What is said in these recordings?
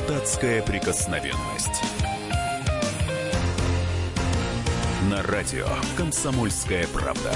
Депутатская прикосновенность. На радио «Комсомольская правда».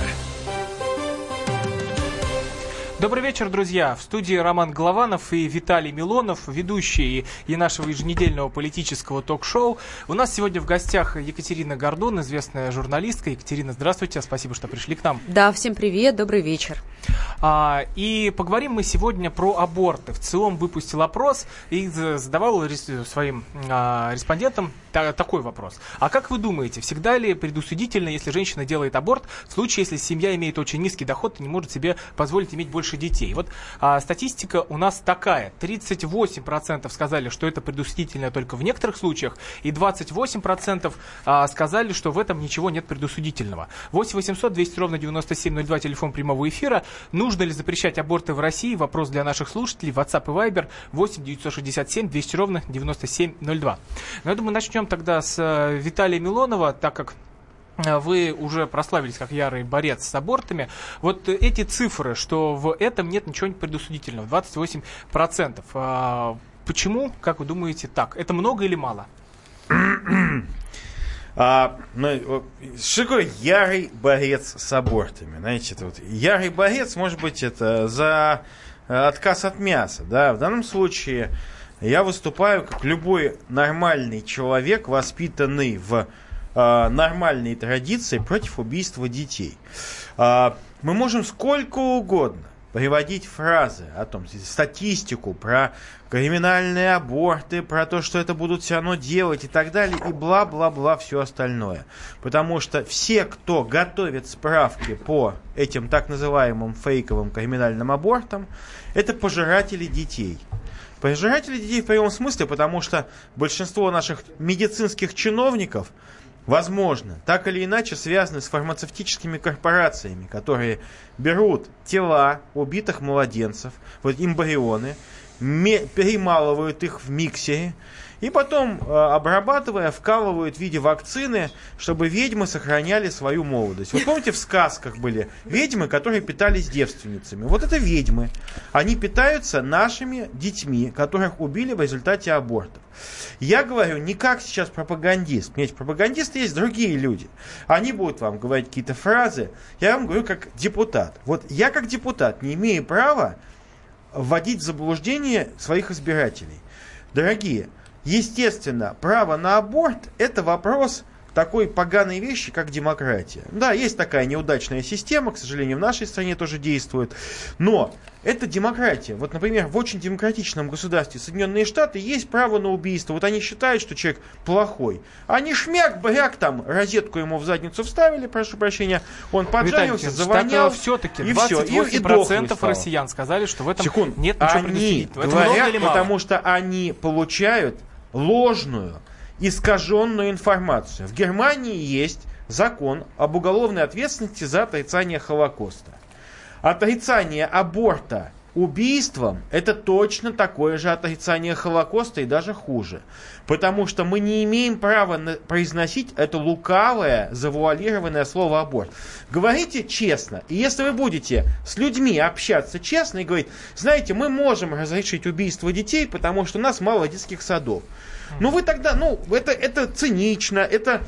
Добрый вечер, друзья. В студии Роман Голованов и Виталий Милонов, ведущие и нашего еженедельного политического ток-шоу. У нас сегодня в гостях Екатерина Гордон, известная журналистка. Екатерина, здравствуйте, спасибо, что пришли к нам. Да, всем привет, добрый вечер. И поговорим мы сегодня про аборты. ВЦИОМ выпустил опрос и задавал своим респондентам такой вопрос. А как вы думаете, всегда ли предусудительно, если женщина делает аборт, в случае, если семья имеет очень низкий доход и не может себе позволить иметь больше детей? Вот статистика у нас такая. 38% сказали, что это предусудительно только в некоторых случаях, и 28% сказали, что в этом ничего нет предусудительного. 8 800 200 ровно 9702, телефон прямого эфира. Нужно ли запрещать аборты в России? Вопрос для наших слушателей. WhatsApp и Viber 8 967 200 ровно 9702. Но я думаю, начнем тогда с Виталия Милонова, так как вы уже прославились как ярый борец с абортами. Вот эти цифры, что в этом нет ничего что нибудь 28%. Почему, как вы думаете, так? Это много или мало? Что такое ярый борец с абортами? Знаете, вот ярый борец, может быть, это за отказ от мяса. Да? В данном случае я выступаю как любой нормальный человек, воспитанный в нормальные традиции против убийства детей. Мы можем сколько угодно приводить фразы о том, статистику про криминальные аборты, про то, что это будут все равно делать и так далее, и бла-бла-бла, все остальное. Потому что все, кто готовит справки по этим так называемым фейковым криминальным абортам, это пожиратели детей. Пожиратели детей в прямом смысле, потому что большинство наших медицинских чиновников, возможно, так или иначе связаны с фармацевтическими корпорациями, которые берут тела убитых младенцев, вот эмбрионы, перемалывают их в миксере, и потом, обрабатывая, вкалывают в виде вакцины, чтобы ведьмы сохраняли свою молодость. Вы помните, в сказках были ведьмы, которые питались девственницами? Вот это ведьмы. Они питаются нашими детьми, которых убили в результате абортов. Я говорю не как сейчас пропагандист. Нет, пропагандисты есть другие люди. Они будут вам говорить какие-то фразы. Я вам говорю как депутат. Вот я как депутат не имею права вводить в заблуждение своих избирателей. Дорогие, естественно, право на аборт – это вопрос такой поганой вещи, как демократия. Да, есть такая неудачная система, к сожалению, в нашей стране тоже действует, но это демократия. Вот, например, в очень демократичном государстве Соединенные Штаты есть право на убийство. Вот они считают, что человек плохой. Они шмяк-бряк, там розетку ему в задницу вставили, прошу прощения, он поджарился, завонял. Все-таки и 28% россиян сказали, что в этом нет ничего предусудительного. Они говорят, потому что они получают ложную, искаженную информацию. В Германии есть закон об уголовной ответственности за отрицание Холокоста. Отрицание аборта убийством – это точно такое же отрицание Холокоста и даже хуже. Потому что мы не имеем права произносить это лукавое, завуалированное слово «аборт». Говорите честно. И если вы будете с людьми общаться честно и говорить, знаете, мы можем разрешить убийство детей, потому что у нас мало детских садов. Ну вы тогда, это цинично, это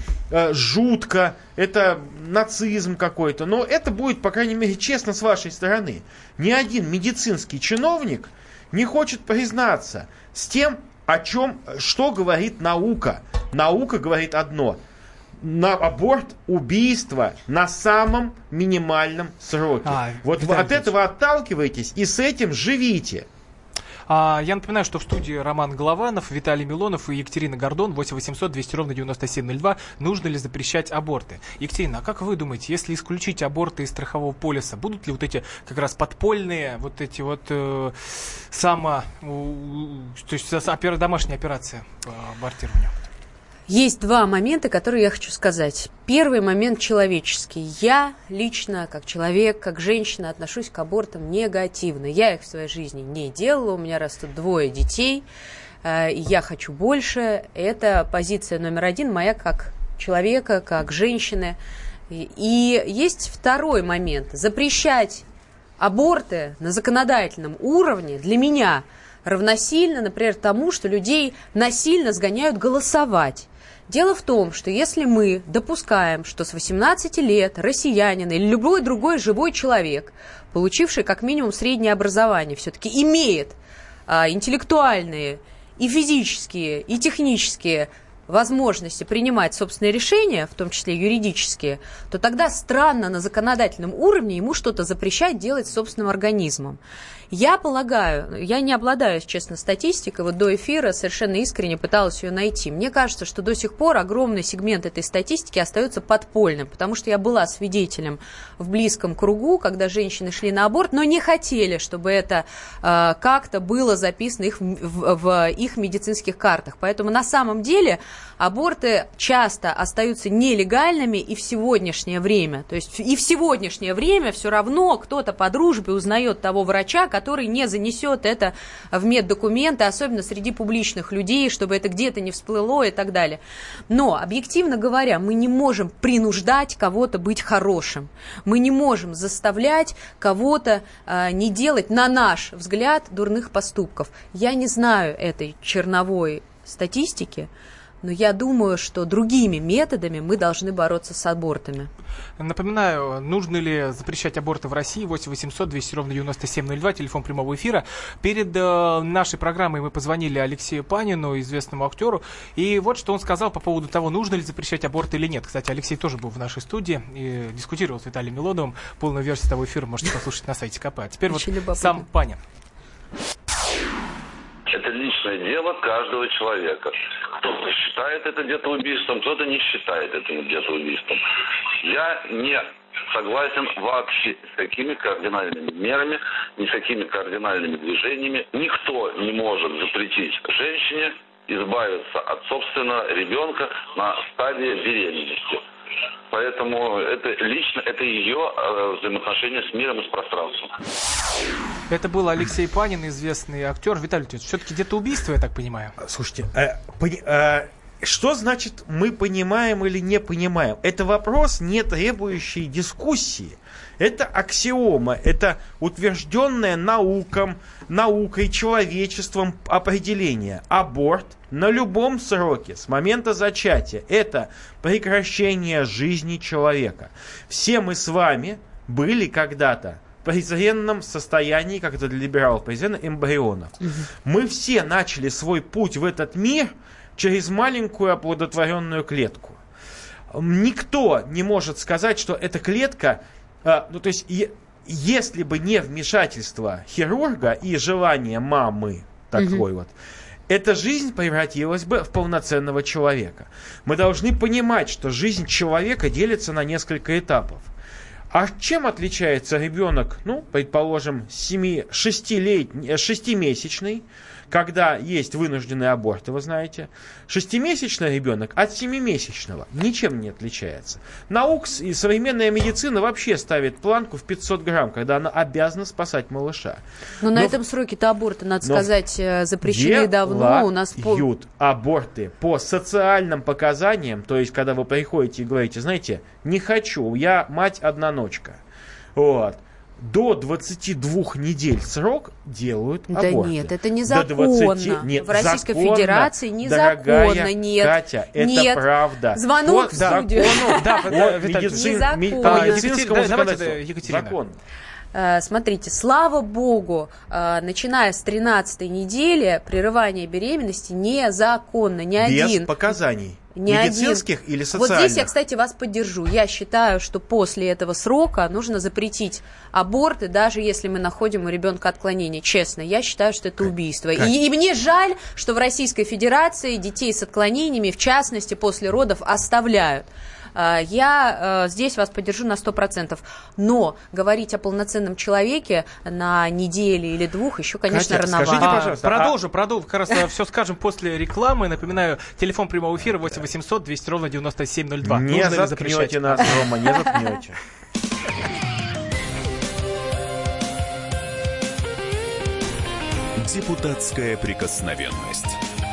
жутко, это нацизм какой-то, но это будет, по крайней мере, честно с вашей стороны. Ни один медицинский чиновник не хочет признаться с тем, что говорит наука. Наука говорит одно. На аборт, убийство на самом минимальном сроке. Вот вы от этого отталкиваетесь и с этим живите. Я напоминаю, что в студии Роман Голованов, Виталий Милонов и Екатерина Гордон. 8 800 200 ровно 9702. Нужно ли запрещать аборты? Екатерина, а как вы думаете, если исключить аборты из страхового полиса, будут ли вот эти как раз подпольные, вот эти вот то есть домашняя операция по абортированию? Есть два момента, которые я хочу сказать. Первый момент человеческий. Я лично, как человек, как женщина, отношусь к абортам негативно. Я их в своей жизни не делала, у меня растут 2 детей, и я хочу больше. Это позиция номер 1 моя как человека, как женщины. И есть второй момент. Запрещать аборты на законодательном уровне для меня равносильно, например, тому, что людей насильно сгоняют голосовать. Дело в том, что если мы допускаем, что с 18 лет россиянин или любой другой живой человек, получивший как минимум среднее образование, все-таки имеет интеллектуальные и физические, и технические возможности принимать собственные решения, в том числе юридические, то тогда странно на законодательном уровне ему что-то запрещать делать с собственным организмом. Я полагаю, я не обладаю, если честно, статистикой, вот до эфира совершенно искренне пыталась ее найти. Мне кажется, что до сих пор огромный сегмент этой статистики остается подпольным, потому что я была свидетелем в близком кругу, когда женщины шли на аборт, но не хотели, чтобы это как-то было записано в их медицинских картах. Поэтому на самом деле аборты часто остаются нелегальными и в сегодняшнее время. То есть и в сегодняшнее время все равно кто-то по дружбе узнает того врача, который не занесет это в меддокументы, особенно среди публичных людей, чтобы это где-то не всплыло и так далее. Но, объективно говоря, мы не можем принуждать кого-то быть хорошим. Мы не можем заставлять кого-то не делать, на наш взгляд, дурных поступков. Я не знаю этой черновой статистики, но я думаю, что другими методами мы должны бороться с абортами. Напоминаю, нужно ли запрещать аборты в России? 8 800 200 ровно 9702, телефон прямого эфира. Перед нашей программой мы позвонили Алексею Панину, известному актеру, и вот что он сказал по поводу того, нужно ли запрещать аборты или нет. Кстати, Алексей тоже был в нашей студии и дискутировал с Виталием Милоновым. Полную версию того эфира можете послушать на сайте КП. А теперь вот сам Панин. Это личное дело каждого человека. Кто-то считает это где-то убийством, кто-то не считает это где-то убийством. Я не согласен вообще с какими кардинальными мерами, ни с какими кардинальными движениями. Никто не может запретить женщине избавиться от собственного ребенка на стадии беременности. Поэтому это лично, это ее взаимоотношения с миром и с пространством. Это был Алексей Панин, известный актер. Виталий Леонидович, все-таки где-то убийство, я так понимаю. Слушайте, что значит мы понимаем или не понимаем? Это вопрос, не требующий дискуссии. Это аксиома, это утвержденное наукой, человечеством определение. Аборт на любом сроке, с момента зачатия, это прекращение жизни человека. Все мы с вами были когда-то в презренном состоянии, как это для либералов, презренных эмбрионов. Мы все начали свой путь в этот мир через маленькую оплодотворенную клетку. Никто не может сказать, что эта клетка... то есть, если бы не вмешательство хирурга и желание мамы такой вот, эта жизнь превратилась бы в полноценного человека. Мы должны понимать, что жизнь человека делится на несколько этапов. А чем отличается ребенок, предположим, 6-месячный, когда есть вынужденные аборты, вы знаете, 6-месячный ребенок от 7-месячного ничем не отличается. Наука и современная медицина вообще ставит планку в 500 грамм, когда она обязана спасать малыша. Но на этом сроке-то аборты, надо сказать, запрещены давно. У нас аборты по социальным показаниям, то есть, когда вы приходите и говорите, знаете, не хочу, я мать-одноночка. Вот. До 22 недель срок делают аборты. Да нет, это незаконно. Нет, в Российской Федерации незаконно. Дорогая нет. Катя, это правда. Звонок в студию. По медицинскому законодательству. Закон. Смотрите, слава богу, начиная с 13-й недели прерывание беременности незаконно. Без показаний. Медицинских или социальных? Вот здесь я, кстати, вас поддержу. Я считаю, что после этого срока нужно запретить аборты, даже если мы находим у ребенка отклонение. Честно, я считаю, что это убийство. И мне жаль, что в Российской Федерации детей с отклонениями, в частности, после родов оставляют. Я здесь вас поддержу на 100%. Но говорить о полноценном человеке на неделе или двух еще, конечно, Катя, рановато. Скажите, пожалуйста, продолжу. Как раз все скажем после рекламы. Напоминаю, телефон прямого эфира 8 800 200 ровно 9702. Не заткнете нас, Рома, не заткнете. Депутатская прикосновенность.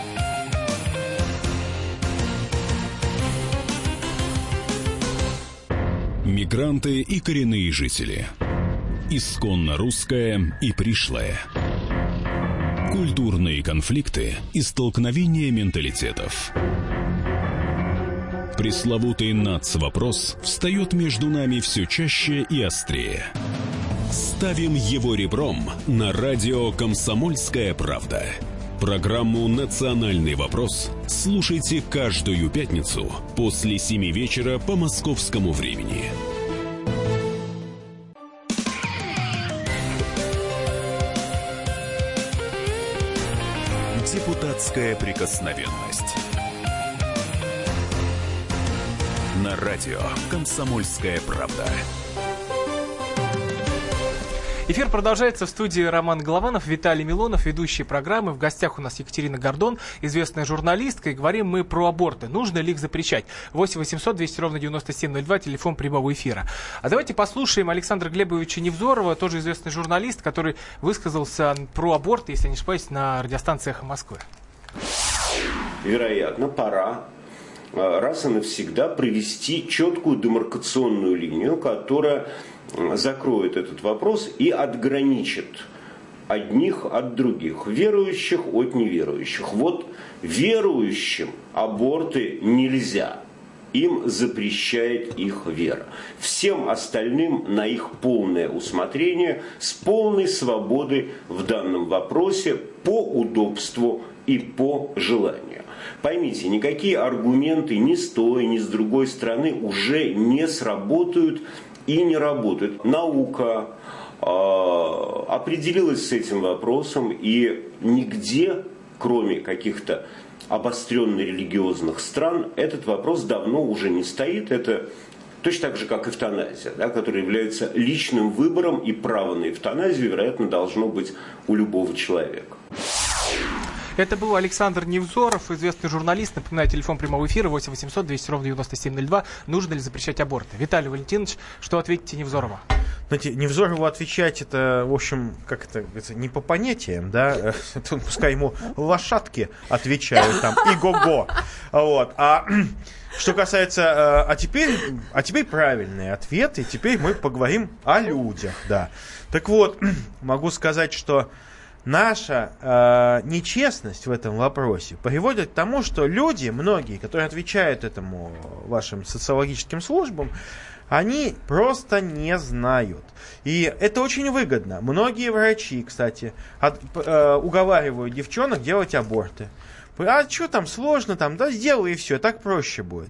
Мигранты и коренные жители. Исконно русское и пришлое. Культурные конфликты и столкновения менталитетов. Пресловутый НАЦ-вопрос встает между нами все чаще и острее. Ставим его ребром на радио «Комсомольская правда». Программу «Национальный вопрос» слушайте каждую пятницу после 7 вечера по московскому времени. Депутатская прикосновенность. На радио «Комсомольская правда». Эфир продолжается. В студии Роман Голованов, Виталий Милонов, ведущие программы. В гостях у нас Екатерина Гордон, известная журналистка. И говорим мы про аборты. Нужно ли их запрещать? 8 800 200 ровно 9702, телефон прямого эфира. А давайте послушаем Александра Глебовича Невзорова, тоже известный журналист, который высказался про аборты, если не ошибаюсь, на радиостанции «Эхо Москвы». Вероятно, пора раз и навсегда провести четкую демаркационную линию, которая закроет этот вопрос и отграничит одних от других, верующих от неверующих. Вот верующим аборты нельзя, им запрещает их вера. Всем остальным на их полное усмотрение, с полной свободой в данном вопросе по удобству и по желанию. Поймите, никакие аргументы ни с той, ни с другой стороны уже не сработают и не работают. Наука определилась с этим вопросом, и нигде, кроме каких-то обостренно религиозных стран, этот вопрос давно уже не стоит. Это точно так же, как эвтаназия, да, которая является личным выбором, и право на эвтаназию, вероятно, должно быть у любого человека. Это был Александр Невзоров, известный журналист. Напоминаю, телефон прямого эфира 8 800 200 ровно 9702. Нужно ли запрещать аборты? Виталий Валентинович, что ответите Невзорову? Знаете, Невзорову отвечать это, в общем, как это говорится, не по понятиям, да, это, пускай ему лошадки отвечают там, и-го-го, вот, а что касается, а теперь правильный ответ, и теперь мы поговорим о людях, да. Так вот, могу сказать, что наша нечестность в этом вопросе приводит к тому, что люди, многие, которые отвечают этому вашим социологическим службам, они просто не знают. И это очень выгодно. Многие врачи, кстати, уговаривают девчонок делать аборты. А что там сложно, там, да, сделай и все, так проще будет.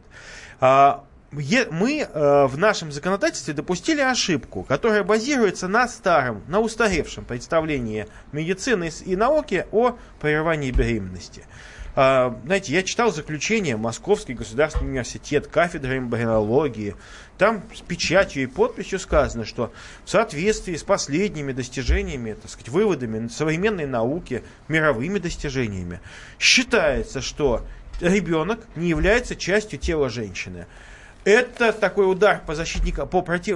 Мы в нашем законодательстве допустили ошибку, которая базируется на устаревшем представлении медицины и науки о прерывании беременности. Знаете, я читал заключение Московский государственный университет, кафедра эмбриологии. Там с печатью и подписью сказано, что в соответствии с последними достижениями, так сказать, выводами современной науки, мировыми достижениями, считается, что ребенок не является частью тела женщины. Это такой удар по защитникам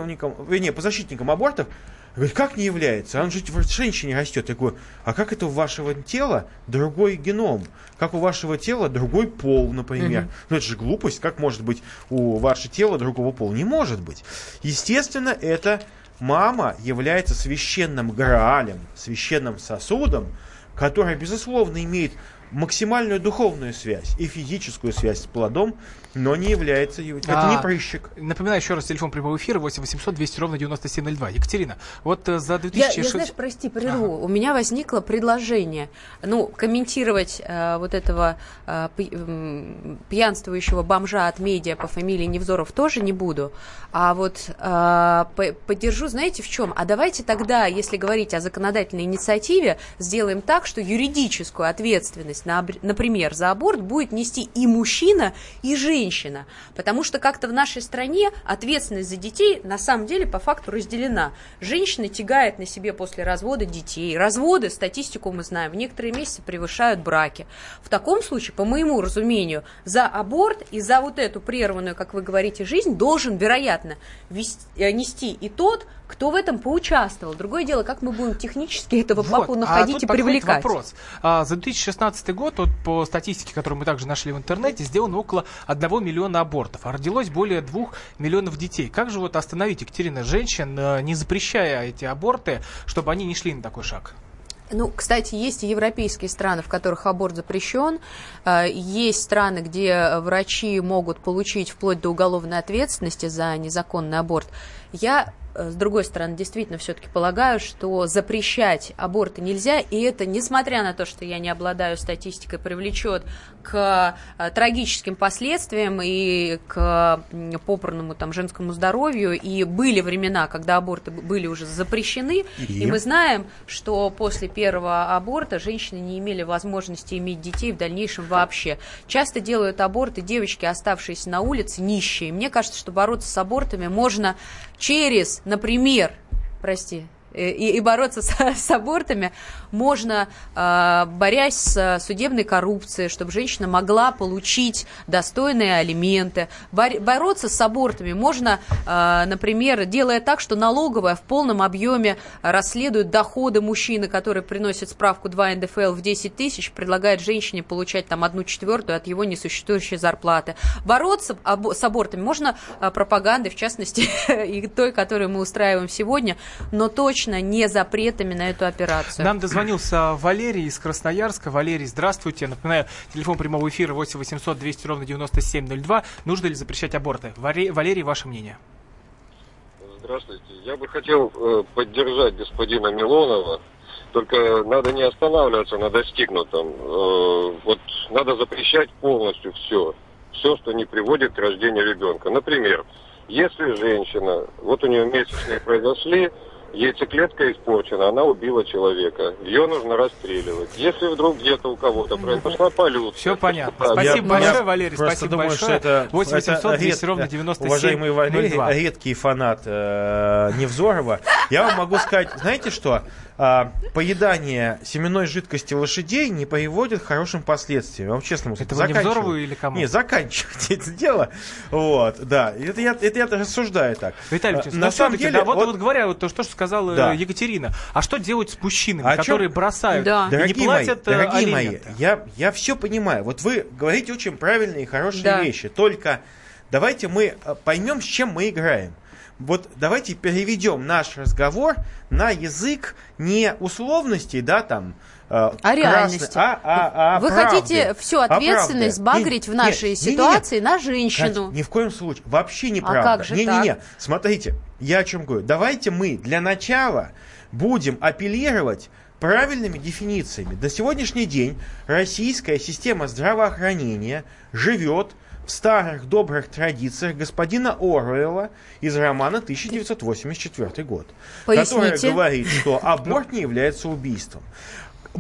абортов. Говорит, как не является? Он же в женщине растет. Я говорю, а как это у вашего тела другой геном? Как у вашего тела другой пол, например? Ну это же глупость. Как может быть у вашего тела другого пола? Не может быть. Естественно, это мама является священным граалем, священным сосудом, который, безусловно, имеет максимальную духовную связь и физическую связь с плодом, но не является... Это не прыщик. Напоминаю еще раз, телефон прямого эфира 8 800 200 ровно 9702. Екатерина, вот за 2006... Я знаешь, прости, прерву. У меня возникло предложение, комментировать вот этого пьянствующего бомжа от медиа по фамилии Невзоров тоже не буду, а вот поддержу, знаете, в чем? А давайте тогда, если говорить о законодательной инициативе, сделаем так, что юридическую ответственность, например, за аборт будет нести и мужчина, и женщина. Потому что как-то в нашей стране ответственность за детей на самом деле по факту разделена. Женщина тягает на себе после развода детей. Разводы, статистику мы знаем, в некоторые месяцы превышают браки. В таком случае, по моему разумению, за аборт и за вот эту прерванную, как вы говорите, жизнь должен, вероятно, нести и тот, кто в этом поучаствовал. Другое дело, как мы будем технически этого папу находить и привлекать. Вопрос. За 2016 год, вот, по статистике, которую мы также нашли в интернете, сделано около 1 миллиона абортов, а родилось более 2 миллионов детей. Как же вот остановить, Екатерина, женщин, не запрещая эти аборты, чтобы они не шли на такой шаг? Ну, кстати, есть и европейские страны, в которых аборт запрещен. Есть страны, где врачи могут получить вплоть до уголовной ответственности за незаконный аборт. Я, с другой стороны, действительно все-таки полагаю, что запрещать аборты нельзя, и это, несмотря на то, что я не обладаю статистикой, привлечет к трагическим последствиям и к попранному там женскому здоровью. И были времена, когда аборты были уже запрещены, и мы знаем, что после первого аборта женщины не имели возможности иметь детей в дальнейшем вообще. Часто делают аборты девочки, оставшиеся на улице, нищие. Мне кажется, что бороться с абортами можно через, например, и бороться с абортами можно, борясь с судебной коррупцией, чтобы женщина могла получить достойные алименты. Бороться с абортами можно, например, делая так, что налоговая в полном объеме расследует доходы мужчины, который приносит справку 2 НДФЛ в 10 тысяч, предлагает женщине получать там 1/4 от его несуществующей зарплаты. Бороться с абортами можно пропагандой, в частности, и той, которую мы устраиваем сегодня, но точно не запретами на эту операцию. Нам дозвонился Валерий из Красноярска. Валерий, здравствуйте. Напоминаю, телефон прямого эфира 8 800 200 ровно 9702. Нужно ли запрещать аборты? Валерий, ваше мнение? Здравствуйте. Я бы хотел поддержать господина Милонова. Только надо не останавливаться на достигнутом. Вот надо запрещать полностью все. Все, что не приводит к рождению ребенка. Например, если женщина, вот у нее месячные произошли, яйцеклетка испорчена, она убила человека. Ее нужно расстреливать. Если вдруг где-то у кого-то произошла полюция... Все понятно. Спасибо большое, Валерий. Спасибо большое. Это 800 200 ровно 9702. Уважаемый Валерий, редкий фанат Невзорова. Я вам могу сказать, знаете что? Поедание семенной жидкости лошадей не приводит к хорошим последствиям. Я вам честно скажу. Это Невзорову или кому? Не, заканчивайте это дело. Вот, да. Это я рассуждаю так. Виталий Ильич, на самом деле... Да, вот говоря, вот то, что сказала Екатерина. А что делать с мужчинами, которые бросают и не платят дорогие алименты? Мои, я все понимаю. Вот вы говорите очень правильные и хорошие вещи. Только давайте мы поймем, с чем мы играем. Вот давайте переведем наш разговор на язык не условностей, да, там, а реальности. Вы правды. Хотите всю ответственность сбагрить в нашей ситуации на женщину. Кать, ни в коем случае. Вообще неправда. А как же так? Смотрите, я о чем говорю. Давайте мы для начала будем апеллировать правильными дефинициями. До сегодняшний день российская система здравоохранения живет в старых добрых традициях господина Оруэлла из романа 1984 год, который говорит, что аборт не является убийством. У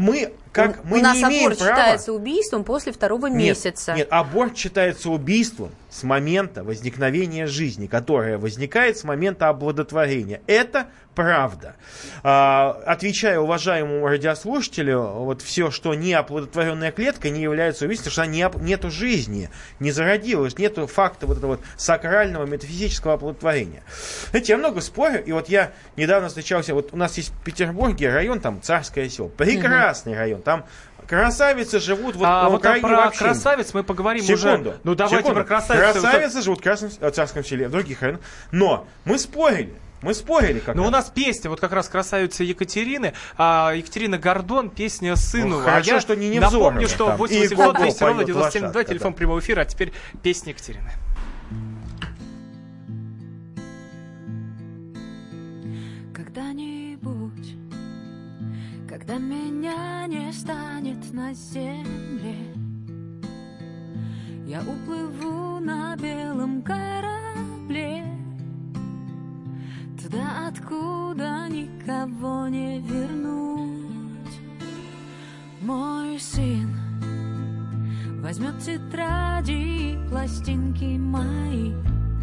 нас аборт считается убийством после 2-го месяца. Нет, аборт считается убийством с момента возникновения жизни, которая возникает с момента оплодотворения. Это правда. Отвечая уважаемому радиослушателю, вот все, что не оплодотворенная клетка, не является убийством, потому что нету жизни, не зародилась, нету факта вот этого вот сакрального метафизического оплодотворения. Знаете, я много спорю, и вот я недавно встречался, вот у нас есть в Петербурге район, там Царское село, прекрасный район, там красавицы живут вот в Украине про вообще. Красавиц мы поговорим секунду, уже. Ну давайте про красавиц. Красавицы живут в Царском селе, в других районах. Но мы спорили как-то. Но у нас песня, вот как раз красавица Екатерины, Екатерина Гордон, песня сыну. Хорошо, что не Невзорова. Напомню, что 8 200 ровно 9702, телефон прямого эфира, а теперь песня Екатерины. Когда-нибудь, когда меня не станет на земле, я уплыву на белом корабле туда, откуда никого не вернуть. Мой сын возьмет тетради и пластинки мои,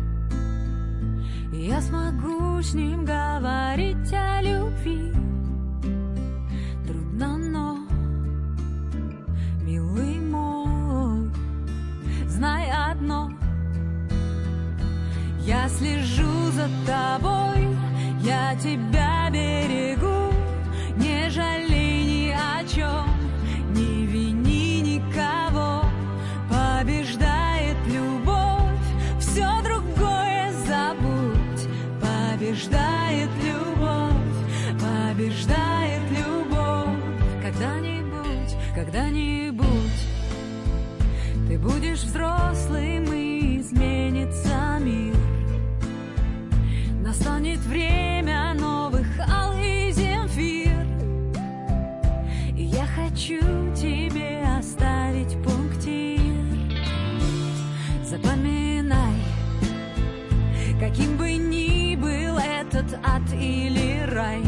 и я смогу с ним говорить о любви. Трудно, но, милый мой, знай одно: я слежу за тобой, я тебя берегу. Не жалей ни о чем, не вини никого. Побеждает любовь, все другое забудь. Побеждает любовь, побеждает любовь. Когда-нибудь ты будешь взрослым и изменится мир. Настанет время новых алый земфир. И я хочу тебе оставить пунктир. Запоминай, каким бы ни был этот ад или рай,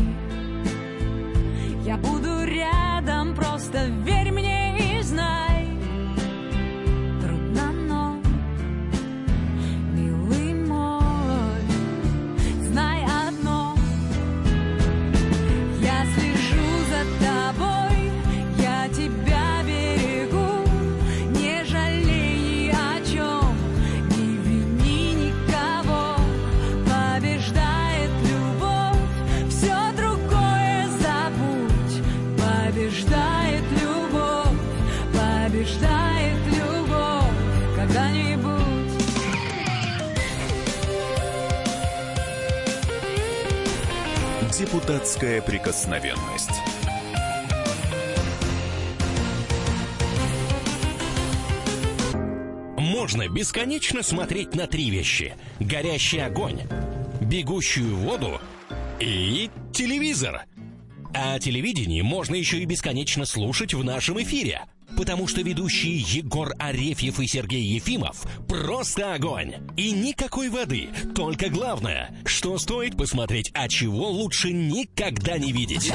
я буду рядом, просто верь мне и знай. Трудно, но, милый мой, знай одно: я слежу за тобой, я тебя берегу. Не жалей ни о чем, не вини никого. Побеждает любовь, все другое забудь. Побеждает любовь, побеждает любовь когда-нибудь. Депутатская прикосновенность. Можно бесконечно смотреть на три вещи: горящий огонь, бегущую воду и телевизор. А телевидение можно еще и бесконечно слушать в нашем эфире, потому что ведущие Егор Арефьев и Сергей Ефимов просто огонь. И никакой воды, только главное, что стоит посмотреть, а чего лучше никогда не видеть.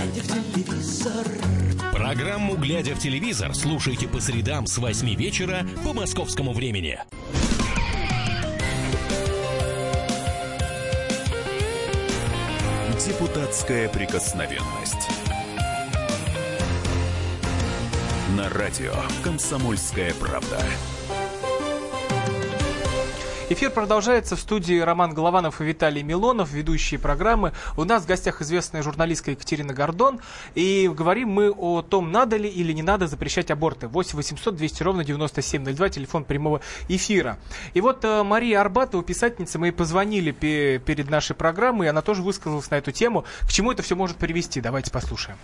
Программу «Глядя в телевизор» слушайте по средам с 8 вечера по московскому времени. Депутатская прикосновенность. На радио «Комсомольская правда». Эфир продолжается. В студии Роман Голованов и Виталий Милонов, ведущие программы. У нас в гостях известная журналистка Екатерина Гордон. И говорим мы о том, надо ли или не надо запрещать аборты. 8 800 200 ровно 9702, телефон прямого эфира. И вот Мария Арбатова, писательница, мы ей позвонили перед нашей программой, и она тоже высказалась на эту тему. К чему это все может привести? Давайте послушаем.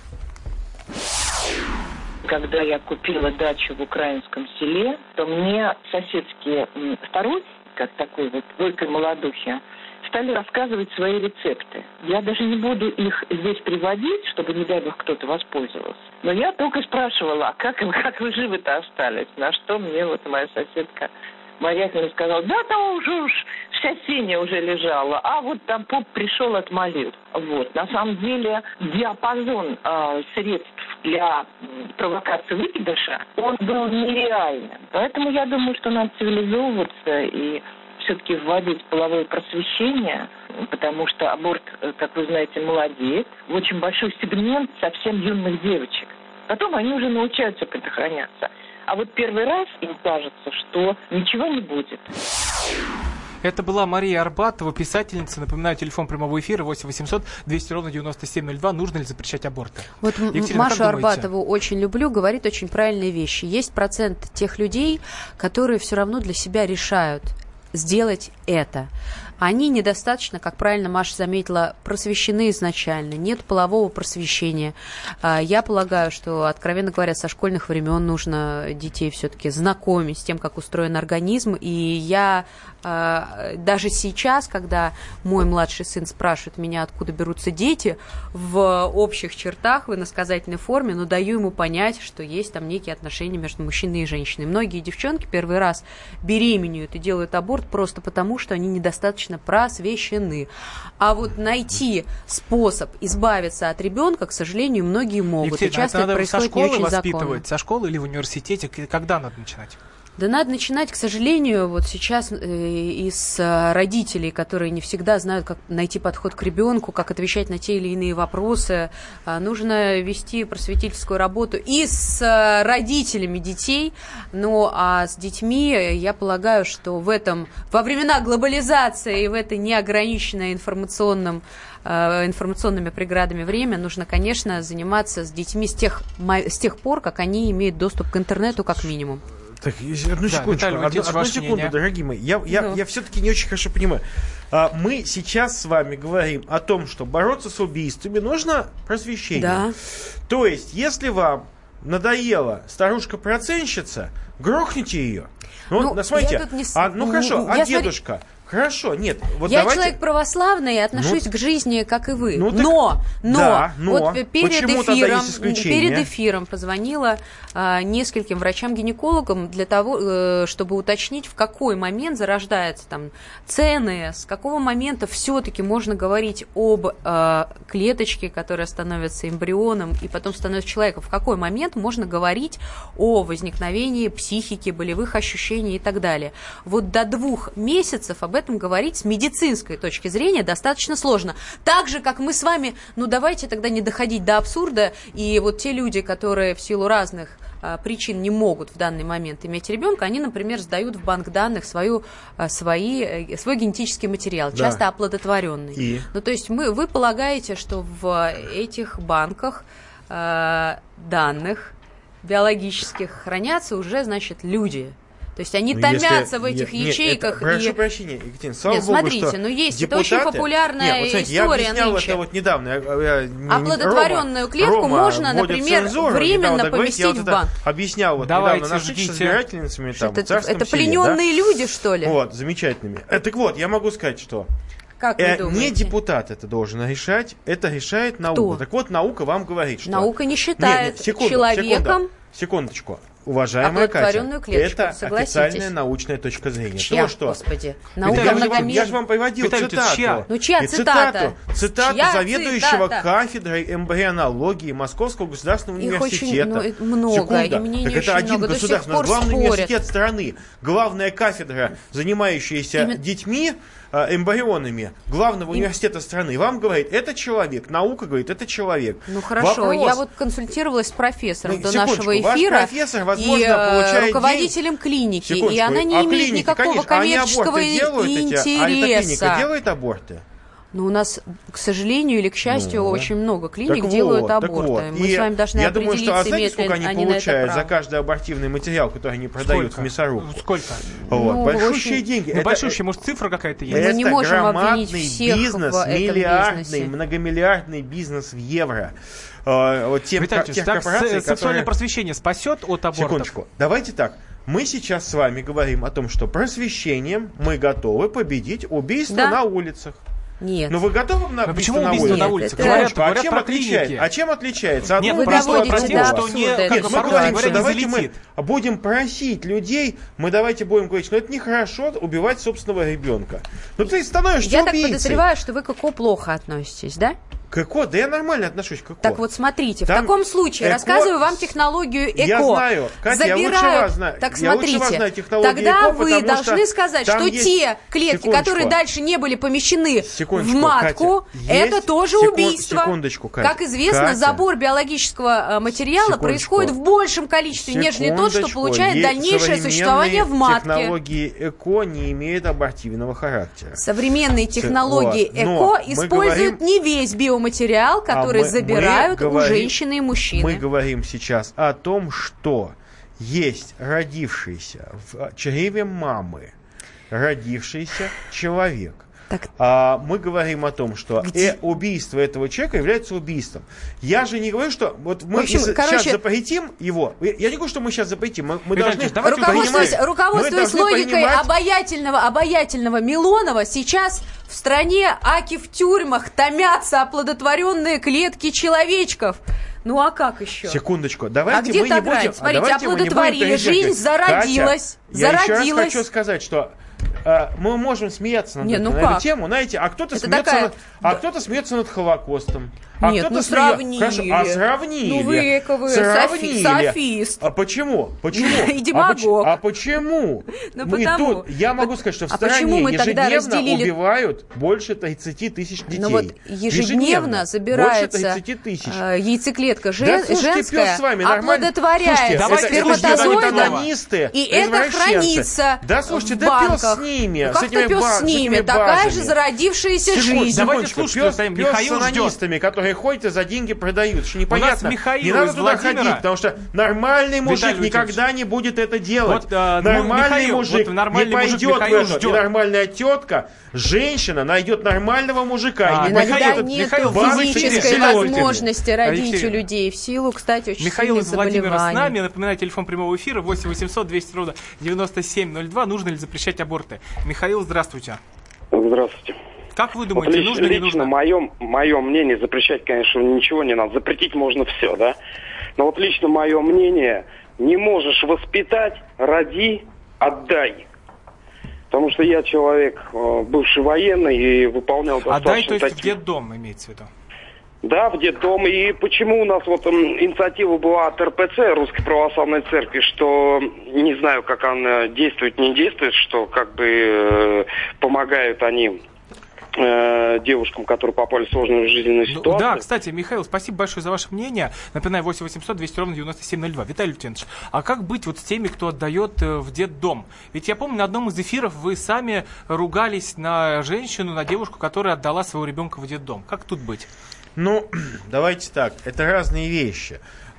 Когда я купила дачу в украинском селе, то мне соседские старухи, как такой вот горькой молодухи, стали рассказывать свои рецепты. Я даже не буду их здесь приводить, чтобы, не дай бог, кто-то воспользовался. Но я только спрашивала, а как вы живы-то остались? На что мне вот моя соседка Мария сказала: да, там уже вся сеня уже лежала, а вот там поп пришел, отмолил. Вот. На самом деле диапазон средств для провокации выкидыша, он был нереальным. Поэтому я думаю, что надо цивилизовываться и все-таки вводить половое просвещение, потому что аборт, как вы знаете, молодеет. Очень большой сегмент совсем юных девочек. Потом они уже научаются предохраняться. А вот первый раз им кажется, что ничего не будет. Это была Мария Арбатова, писательница. Напоминаю, телефон прямого эфира 8 800 200 ровно 9702. Нужно ли запрещать аборты? Вот Екатерина, Машу Арбатову очень люблю, говорит очень правильные вещи. Есть процент тех людей, которые все равно для себя решают сделать это. Они недостаточно, как правильно Маша заметила, просвещены изначально, нет полового просвещения. Я полагаю, что, откровенно говоря, со школьных времен нужно детей все-таки знакомить с тем, как устроен организм. И я даже сейчас, когда мой младший сын спрашивает меня, откуда берутся дети, в общих чертах, в иносказательной форме, но даю ему понять, что есть там некие отношения между мужчиной и женщиной. Многие девчонки первый раз беременеют и делают аборт просто потому, что они недостаточно просвещены. А вот найти способ избавиться от ребенка, к сожалению, многие могут. Екатерина, и часто это происходит не очень законно. Со школы или в университете? Когда надо начинать? Да надо начинать, к сожалению, вот сейчас из родителей, которые не всегда знают, как найти подход к ребенку, как отвечать на те или иные вопросы. Нужно вести просветительскую работу и с родителями детей. Ну, а с детьми, я полагаю, что во времена глобализации и в это неограниченное информационными преградами время нужно, конечно, заниматься с детьми с тех пор, как они имеют доступ к интернету, как минимум. Так, одну секунду, дорогие мои. Я все-таки не очень хорошо понимаю. Мы сейчас с вами говорим о том, что бороться с убийствами нужно просвещение. Да. То есть, если вам надоела старушка-процентщица, грохните ее. Ну, смотрите, хорошо, дедушка... Хорошо, нет. Вот я давайте... человек православный и отношусь к жизни, как и вы. Но вот перед эфиром позвонила нескольким врачам-гинекологам для того, чтобы уточнить, в какой момент зарождается там ЦНС, с какого момента все-таки можно говорить об клеточке, которая становится эмбрионом и потом становится человеком, в какой момент можно говорить о возникновении психики, болевых ощущений и так далее. Вот до 2 месяцев об этом говорить с медицинской точки зрения достаточно сложно. Так же, как мы с вами, давайте тогда не доходить до абсурда, и вот те люди, которые в силу разных причин не могут в данный момент иметь ребенка, они, например, сдают в банк данных свой генетический материал, часто оплодотворенный. То есть вы полагаете, что в этих банках данных биологических хранятся уже, значит, люди. То есть они томятся в этих ячейках. Прошу прощения, Екатерина, слава богу, смотрите, что есть депутаты... это очень популярная история я объяснял нынче. это вот недавно. Оплодотворенную клетку можно, например, временно поместить в банк. Объяснял недавно нашим собирательницами. Это плененные люди, что ли? Вот, замечательными. Так вот, я могу сказать, что не депутат это должен решать, это решает наука. Так вот, наука вам говорит, что... Наука не считает человеком... Секундочку. Уважаемая Катя, это официальная научная точка зрения. Чья, что... Господи? Я же вам приводил цитату. Чья цитата? Цитату заведующего кафедрой эмбрионологии Московского государственного университета. Их очень много, и мне не очень много. До сих пор главный университет страны, главная кафедра, занимающаяся детьми, эмбрионами главного университета страны, вам говорит, это человек. Наука говорит, это человек. Хорошо, вопрос... я вот консультировалась с профессором до нашего эфира и руководителем клиники, и она не имеет никакого коммерческого интереса. А эта клиника делает аборты? У нас, к сожалению или к счастью, очень много клиник делают аборты. Мы с вами должны определиться, имеют ли они на это право. За каждый абортивный материал, который они продают в мясорубку? Сколько? Большущие деньги. Большущие, может, цифра какая-то есть? Мы не можем обвинить всех бизнес, в этом миллиардный, многомиллиардный бизнес в евро. Сексуальное просвещение спасет от абортов? Секундочку. Давайте так. Мы сейчас с вами говорим о том, что просвещением мы готовы победить убийство на улицах. Нет. Но вы готовы на убийство на улице? На улице? Говорят А чем отличается? Нет, вы доводите до абсурда. Нет, мы говорим, что давайте мы будем просить людей, давайте будем говорить, что это нехорошо убивать собственного ребенка. Но ты становишься убийцей. Я так подозреваю, что вы к ЭКО плохо относитесь, да? К ЭКО? Да я нормально отношусь к ЭКО. Так вот, смотрите, в таком случае, рассказываю вам технологию ЭКО. Я знаю, Катя, я лучше вас знаю. Так смотрите, тогда вы должны сказать, что те клетки, которые дальше не были помещены в матку, это тоже убийство. Секундочку, Катя. Как известно, забор биологического материала происходит в большем количестве, нежели тот, что получает дальнейшее существование в матке. Технологии ЭКО не имеют абортивного характера. Современные технологии ЭКО используют не весь биоматериал, который забирают у женщины и мужчины. Мы говорим сейчас о том, что есть родившийся в чреве мамы, родившийся человек. Мы говорим о том, что убийство этого человека является убийством. Я же не говорю, что вот мы сейчас запретим его. Я не говорю, что мы сейчас запретим. Мы должны руководствуясь логикой обаятельного Милонова, сейчас в стране аки в тюрьмах томятся оплодотворенные клетки человечков. А как еще? Секундочку, давайте мы не будем... Смотрите, оплодотворили, жизнь зародилась. Я еще раз хочу сказать, что мы можем смеяться над эту тему, знаете, а кто-то смеется над Холокостом. Сравнили. Вы софист. А почему? И демагог. А почему? Я могу сказать, что в стране ежедневно убивают больше 30 тысяч детей. Ежедневно забирается яйцеклетка женская, оплодотворяется сперматозоидом, и это хранится в банках. Как-то пес с ними, такая же зародившаяся жизнь. Давайте слушать, Михаил ждет. Которые приходят и за деньги продают. Что непонятно. Михаил не надо из туда Владимира. ходить, потому что нормальный мужик Виталий никогда не будет это делать. Вот, нормальный Михаил, мужик вот нормальный не пойдет мужик Михаил в это. ждет. И нормальная тетка, женщина найдет нормального мужика. И не иногда пойдет нет базовый физической зелёный. возможности родить Алексей. у людей в силу, кстати, очень Михаил сильных из Владимира с заболеваний. нами. Напоминаю, телефон прямого эфира 8 800 200 ровно 9702. Нужно ли запрещать аборты? Михаил, здравствуйте. Здравствуйте. Как вы думаете, вот нужно или не нужно? Мое мнение, запрещать, конечно, ничего не надо. Запретить можно все, да? Но вот лично мое мнение, не можешь воспитать, роди, отдай. Потому что я человек, бывший военный, и выполнял достаточно Отдай, то есть такие... в детдом имеется в виду? Да, в детдом. И почему у нас вот инициатива была от РПЦ, Русской Православной Церкви, что не знаю, как она действует, не действует, что как бы помогают они девушкам, которые попали в сложную жизненную ситуацию. Да, кстати, Михаил, спасибо большое за ваше мнение. Напоминаю, 8 800 200 ровно 9702. Виталий Лютенович, а как быть вот с теми, кто отдает в детдом? Ведь я помню, на одном из эфиров вы сами ругались на женщину, на девушку, которая отдала своего ребенка в детдом. Как тут быть? Ну, давайте так, это разные вещи.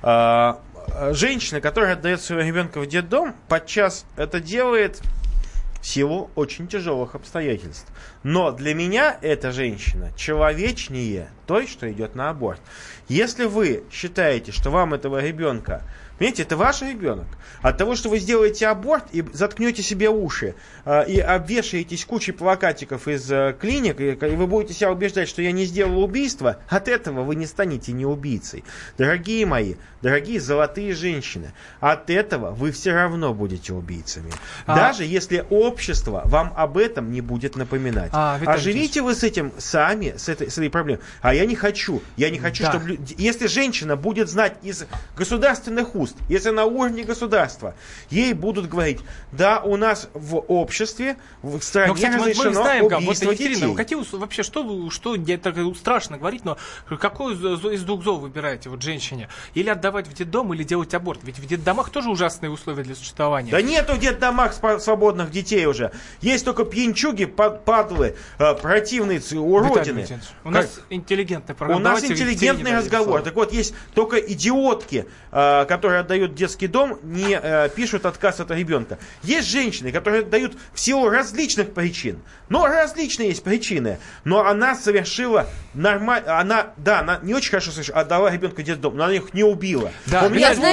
Женщина, которая отдает своего ребенка в детдом, подчас это делает в силу очень тяжелых обстоятельств. Но для меня эта женщина человечнее той, что идет на аборт. Если вы считаете, что вам этого ребенка, понимаете, это ваш ребенок, от того, что вы сделаете аборт и заткнете себе уши, и обвешаетесь кучей плакатиков из клиник, и вы будете себя убеждать, что я не сделал убийство, от этого вы не станете не убийцей. Дорогие мои, дорогие золотые женщины, от этого вы все равно будете убийцами. Даже если общество вам об этом не будет напоминать. А живите вы с этим сами, с этой проблемой. А я не хочу. Я не хочу, чтобы... Если женщина будет знать из государственных уст, если на уровне государства, ей будут говорить, да, у нас в обществе, в стране разрешено убийство детей. Вот, какие вообще, что это страшно говорить, но какой из двух зол выбираете вот женщине? Или отдавать в детдом, или делать аборт? Ведь в детдомах тоже ужасные условия для существования. Да нету в детдомах свободных детей уже. Есть только пьянчуги, падлы, противные, уродины. У нас интеллигентный программа. У нас интеллигентный разговор. Так вот, есть только идиотки, которые отдают детский дом, не пишут отказ от ребенка. Есть женщины, которые отдают в силу различных причин. Но различные есть причины. Но она совершила нормально. Она не очень хорошо совершила, отдала ребенка в детдом, но она их не убила. Да. У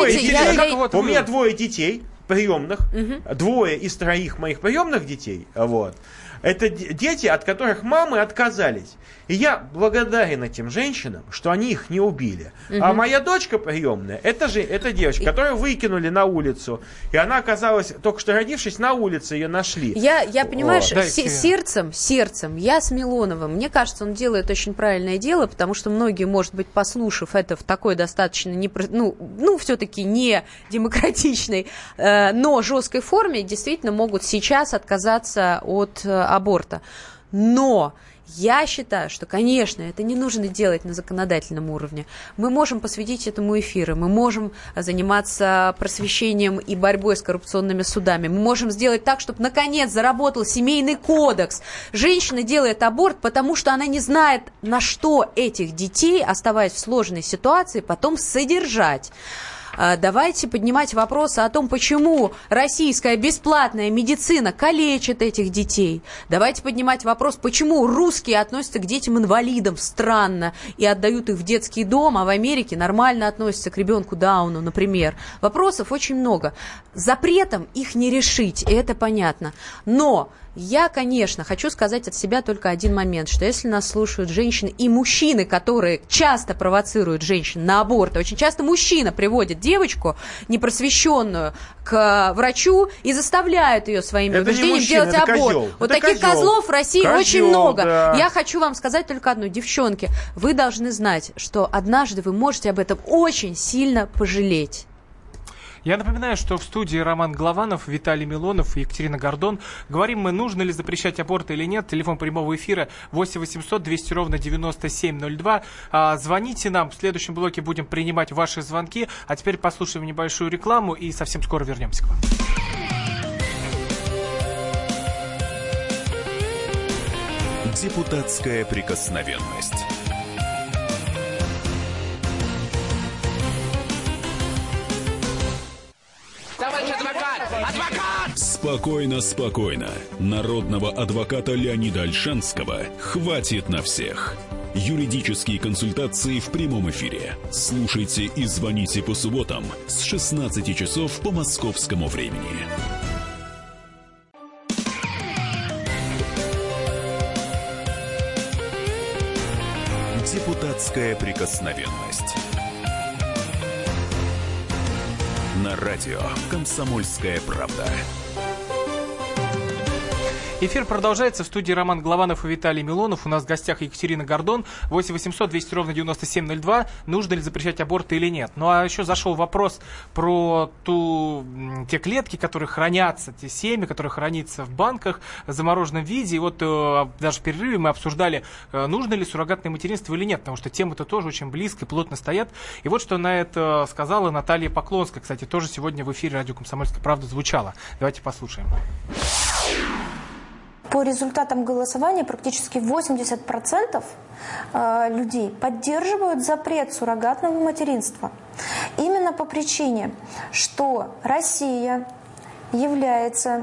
меня двое детей приемных, двое из 3 моих приемных детей, вот. Это дети, от которых мамы отказались. И я благодарен этим женщинам, что они их не убили. А моя дочка приемная, это девочка, которую выкинули на улицу. И она оказалась, только что родившись, на улице ее нашли. Я понимаешь, сердцем, я с Милоновым. Мне кажется, он делает очень правильное дело, потому что многие, может быть, послушав это в такой достаточно, все-таки не демократичной, но жесткой форме, действительно могут сейчас отказаться от аборта. Но я считаю, что, конечно, это не нужно делать на законодательном уровне. Мы можем посвятить этому эфиры, мы можем заниматься просвещением и борьбой с коррупционными судами, мы можем сделать так, чтобы, наконец, заработал семейный кодекс. Женщина делает аборт, потому что она не знает, на что этих детей, оставаясь в сложной ситуации, потом содержать. Давайте поднимать вопросы о том, почему российская бесплатная медицина калечит этих детей. Давайте поднимать вопрос, почему русские относятся к детям-инвалидам странно и отдают их в детский дом, а в Америке нормально относятся к ребенку Дауну, например. Вопросов очень много. Запретом их не решить, и это понятно. Но я, конечно, хочу сказать от себя только один момент, что если нас слушают женщины и мужчины, которые часто провоцируют женщин на аборты, очень часто мужчина приводит девочку непросвещенную к врачу и заставляют ее своими убеждениями делать аборт. Козел. Вот таких козлов в России очень много. Да. Я хочу вам сказать только одно. Девчонки, вы должны знать, что однажды вы можете об этом очень сильно пожалеть. Я напоминаю, что в студии Роман Голованов, Виталий Милонов и Екатерина Гордон. Говорим мы, нужно ли запрещать аборты или нет. Телефон прямого эфира 8 800 200 ровно 9702. Звоните нам. В следующем блоке будем принимать ваши звонки. А теперь послушаем небольшую рекламу и совсем скоро вернемся к вам. Депутатская прикосновенность. товарищ адвокат! Адвокат! Спокойно, спокойно. Народного адвоката Леонида Ольшанского хватит на всех. Юридические консультации в прямом эфире. Слушайте и звоните по субботам с 16 часов по московскому времени. Депутатская прикосновенность. На радио «Комсомольская правда». Эфир продолжается. В студии Роман Голованов и Виталий Милонов. У нас в гостях Екатерина Гордон. 8 800 200 ровно 9702. Нужно ли запрещать аборты или нет? Ну, а еще зашел вопрос про те клетки, которые хранятся, те семьи, которые хранятся в банках в замороженном виде. И вот даже в перерыве мы обсуждали, нужно ли суррогатное материнство или нет, потому что темы-то тоже очень близко и плотно стоят. И вот что на это сказала Наталья Поклонская. Кстати, тоже сегодня в эфире радио «Комсомольская правда» звучало. Давайте послушаем. По результатам голосования практически 80% людей поддерживают запрет суррогатного материнства. Именно по причине, что Россия является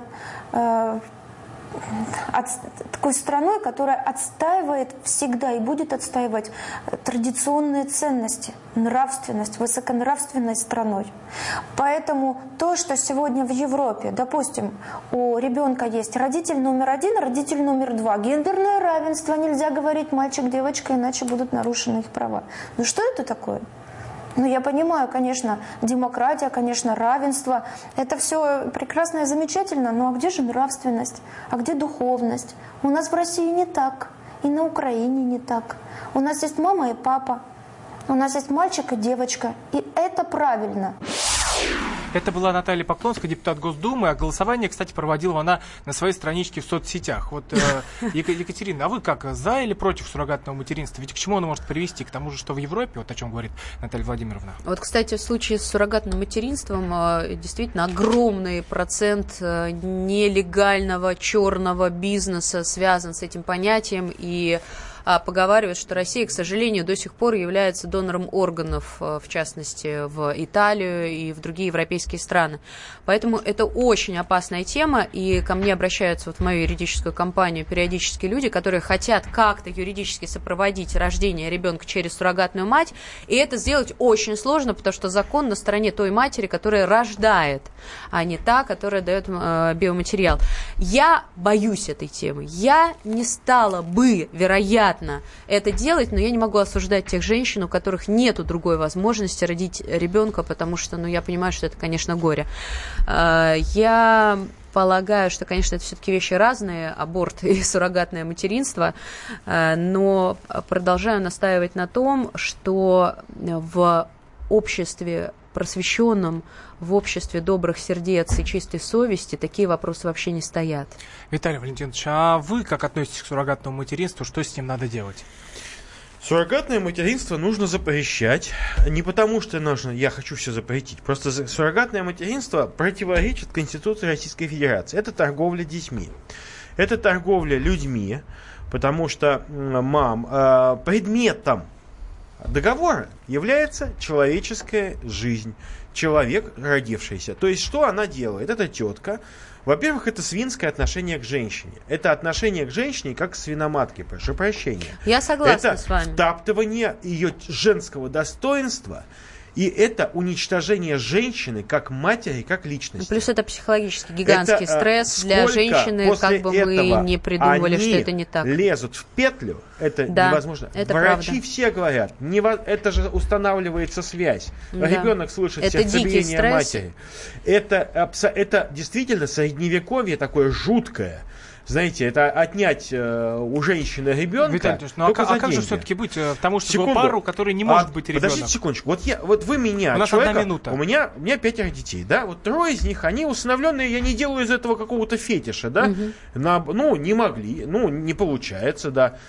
такой страной, которая отстаивает всегда и будет отстаивать традиционные ценности, нравственность, высоконравственной страной. Поэтому то, что сегодня в Европе, допустим, у ребенка есть родитель номер 1, родитель номер 2, гендерное равенство, нельзя говорить мальчик, девочка, иначе будут нарушены их права. Ну что это такое? Ну, я понимаю, конечно, демократия, конечно, равенство. Это все прекрасно и замечательно, но а где же нравственность? А где духовность? У нас в России не так, и на Украине не так. У нас есть мама и папа, у нас есть мальчик и девочка, и это правильно. Это была Наталья Поклонская, депутат Госдумы. А голосование, кстати, проводила она на своей страничке в соцсетях. Вот, Екатерина, а вы как, за или против суррогатного материнства? Ведь к чему оно может привести? К тому же, что в Европе, вот о чем говорит Наталья Владимировна. Вот, кстати, в случае с суррогатным материнством действительно огромный процент нелегального черного бизнеса связан с этим понятием, и поговаривают, что Россия, к сожалению, до сих пор является донором органов, в частности, в Италию и в другие европейские страны. Поэтому это очень опасная тема, и ко мне обращаются вот в мою юридическую компанию периодически люди, которые хотят как-то юридически сопроводить рождение ребенка через суррогатную мать, и это сделать очень сложно, потому что закон на стороне той матери, которая рождает, а не та, которая дает биоматериал. Я боюсь этой темы. Я не стала бы, вероятно, это делать, но я не могу осуждать тех женщин, у которых нету другой возможности родить ребенка, потому что, я понимаю, что это, конечно, горе. Я полагаю, что, конечно, это все-таки вещи разные, аборт и суррогатное материнство, но продолжаю настаивать на том, что в обществе просвещенном, в обществе добрых сердец и чистой совести такие вопросы вообще не стоят. Виталий Валентинович, а вы как относитесь к суррогатному материнству? Что с ним надо делать? Суррогатное материнство нужно запрещать. Не потому, что я хочу все запретить. Просто суррогатное материнство противоречит Конституции Российской Федерации. Это торговля детьми. Это торговля людьми, потому что предметом договора является человеческая жизнь. Человек, родившийся. То есть, что она делает? Эта тетка, во-первых, это свинское отношение к женщине. Это отношение к женщине как к свиноматке, прошу прощения. Я согласна с вами. Это втаптывание ее женского достоинства. И это уничтожение женщины как матери, как личности. Плюс это психологически гигантский стресс для женщины, как бы мы не придумывали, что это не так. Лезут в петлю, это невозможно. Это врачи правда. Все говорят, это же устанавливается связь. Да. Ребенок слышит сердцебиение матери. Это действительно средневековье такое жуткое. Знаете, это отнять у женщины ребенка. Виталий, а как же все-таки быть тому, что был пару, который не может быть ребенок? Подождите секундочку. Вот вы меня, у нас человека, 1 минута. У меня 5 детей, да? Вот 3 из них, они усыновленные, я не делаю из этого какого-то фетиша, да? Не могли, не получается, да,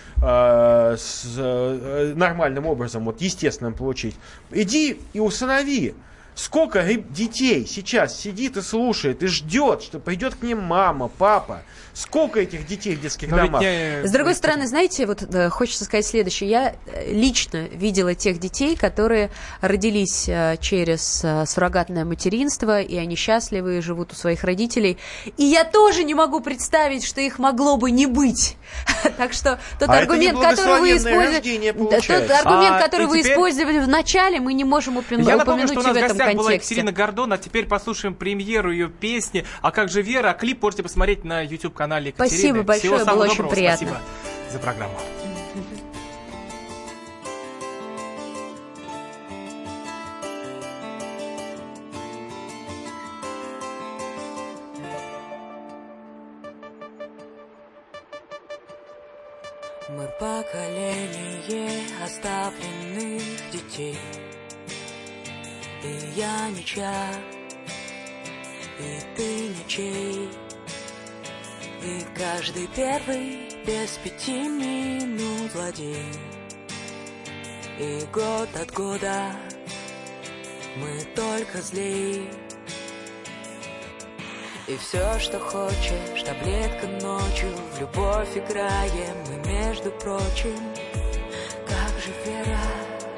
нормальным образом, естественным получить. Иди и усынови Сколько детей сейчас сидит и слушает, и ждет, что придет к ним мама, папа. Сколько этих детей в детских домах? С другой стороны, знаете, вот хочется сказать следующее. Я лично видела тех детей, которые родились через суррогатное материнство, и они счастливы, живут у своих родителей. И я тоже не могу представить, что их могло бы не быть. Так что тот аргумент, который вы использовали в начале, мы не можем упомянуть в этом контексте. Я напомню, что у нас в гостях была Екатерина Гордон, а теперь послушаем премьеру ее песни «А как же Вера?». Клип можете посмотреть на YouTube-канале Екатерины. Спасибо большое, было очень приятно. Спасибо за программу. Мы поколение оставленных детей, и я ничья, и ты ничей, и каждый первый без 5 минут злодей, и год от года мы только злей. И все, что хочешь, таблетка ночью, в любовь играем мы, между прочим. Как же Вера,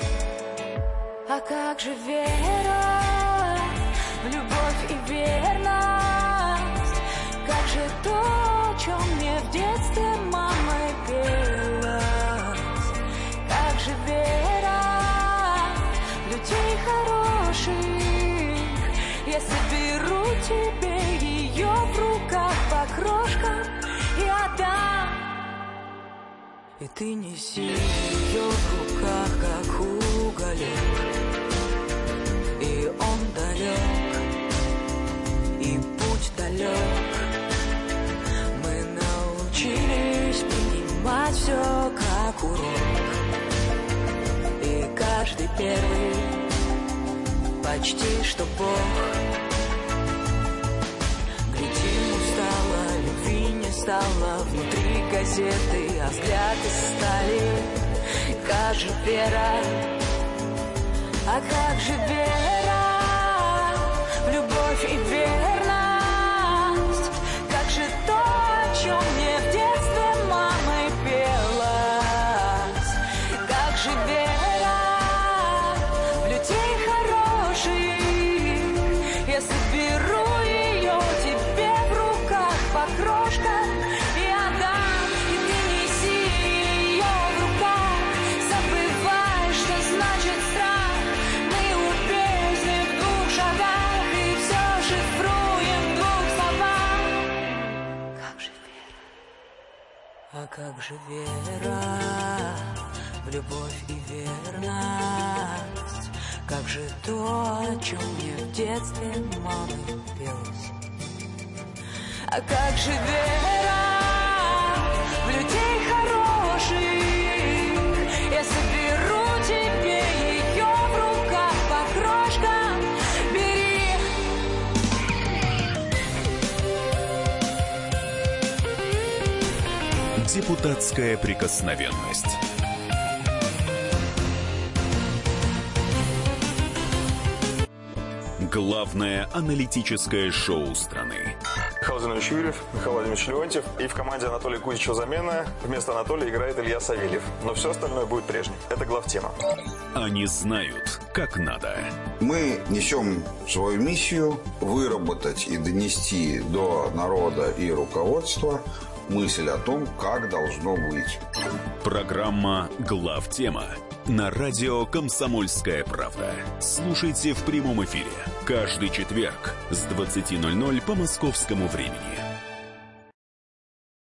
а как же Вера, в любовь и верность. Как же то, о чем мне в детстве мамой пелось. Как же Вера, людей хороших, если беру тебе ее в руках по крошкам и отдам. И ты неси ее в руках, как уголек, и он далек, и путь далек. Мы научились принимать все как урок, и каждый первый почти что Бог. Стало внутри газеты, а взгляды стали. Как же Вера, а как же Вера, в любовь и верность. Как же то, о чем мне в детстве мамой пелось. Как же Вера, в людей хороших, если беру ее тебе в руках по крошкам. А как же Вера, в любовь и верность. Как же то, о чем мне в детстве мамой пелось. А как же Вера, в людей хороших, если беру тебе ее в руках по крошкам. Бери. Депутатская прикосновенность. Главное аналитическое шоу страны. Михаил Владимирович Юрьев, Михаил Владимирович Леонтьев. И в команде Анатолия Кузичева замена. Вместо Анатолия играет Илья Савельев. Но все остальное будет прежним. Это главтема. Они знают, как надо. Мы несем свою миссию выработать и донести до народа и руководства мысль о том, как должно быть. Программа «Главтема» на радио «Комсомольская правда». Слушайте в прямом эфире каждый четверг с 20:00 по московскому времени.